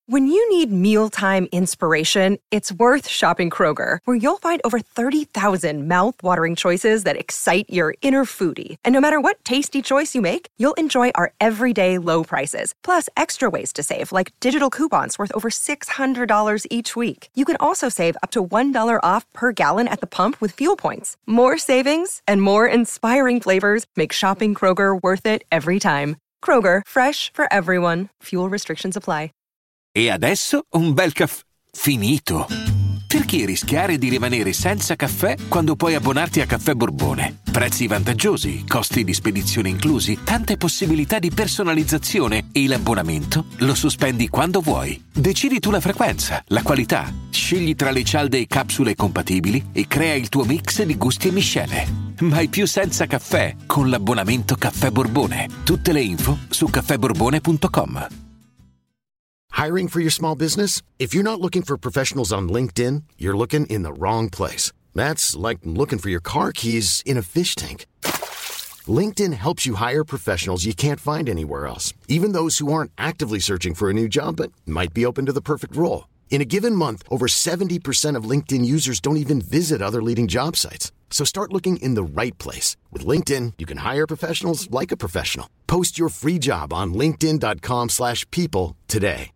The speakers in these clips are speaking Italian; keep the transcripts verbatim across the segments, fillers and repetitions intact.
When you need mealtime inspiration, it's worth shopping Kroger, where you'll find over thirty thousand mouth-watering choices that excite your inner foodie. And no matter what tasty choice you make, you'll enjoy our everyday low prices, plus extra ways to save, like digital coupons worth over six hundred dollars each week. You can also save up to one dollar off per gallon at the pump with fuel points. More savings and more inspiring flavors make shopping Kroger worth it every time. Kroger, fresh for everyone. Fuel restrictions apply. E adesso un bel caffè finito. Perché rischiare di rimanere senza caffè quando puoi abbonarti a Caffè Borbone? Prezzi vantaggiosi, costi di spedizione inclusi, tante possibilità di personalizzazione e l'abbonamento lo sospendi quando vuoi. Decidi tu la frequenza, la qualità, scegli tra le cialde e capsule compatibili e crea il tuo mix di gusti e miscele. Mai più senza caffè con l'abbonamento Caffè Borbone. Tutte le info su caffè borbone punto com. Hiring for your small business? If you're not looking for professionals on LinkedIn, you're looking in the wrong place. That's like looking for your car keys in a fish tank. LinkedIn helps you hire professionals you can't find anywhere else, even those who aren't actively searching for a new job but might be open to the perfect role. In a given month, over seventy percent of LinkedIn users don't even visit other leading job sites. So start looking in the right place. With LinkedIn, you can hire professionals like a professional. Post your free job on linkedin dot com slash people today.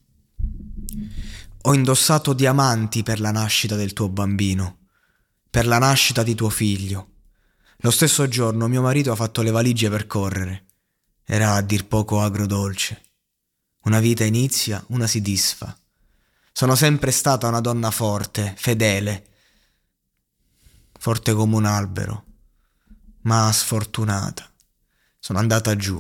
Ho indossato diamanti per la nascita del tuo bambino, per la nascita di tuo figlio. Lo stesso giorno mio marito ha fatto le valigie per correre. Era a dir poco agrodolce. Una vita inizia, una si disfa. Sono sempre stata una donna forte, fedele, forte come un albero, ma sfortunata. Sono andata giù.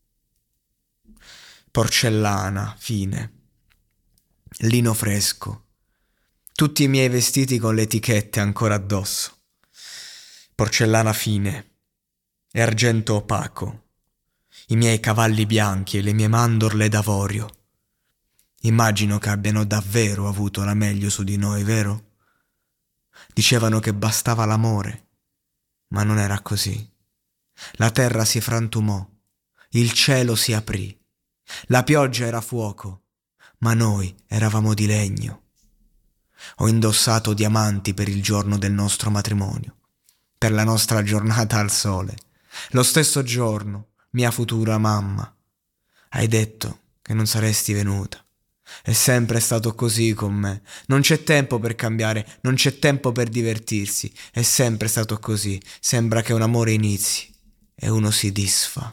Porcellana, fine. Lino fresco, tutti i miei vestiti con le etichette ancora addosso, porcellana fine e argento opaco, i miei cavalli bianchi e le mie mandorle d'avorio. Immagino che abbiano davvero avuto la meglio su di noi, vero? Dicevano che bastava l'amore, ma non era così. La terra si frantumò, il cielo si aprì, la pioggia era fuoco, ma noi eravamo di legno. Ho indossato diamanti per il giorno del nostro matrimonio, per la nostra giornata al sole. Lo stesso giorno, mia futura mamma, hai detto che non saresti venuta. È sempre stato così con me. Non c'è tempo per cambiare, non c'è tempo per divertirsi. È sempre stato così. Sembra che un amore inizi e uno si disfa.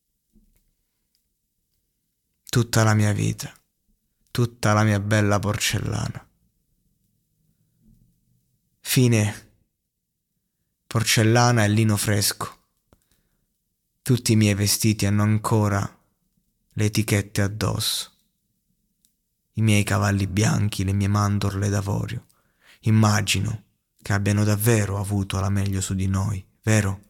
Tutta la mia vita. Tutta la mia bella porcellana. Fine. Porcellana e lino fresco. Tutti i miei vestiti hanno ancora le etichette addosso. I miei cavalli bianchi, le mie mandorle d'avorio. Immagino che abbiano davvero avuto la meglio su di noi, vero?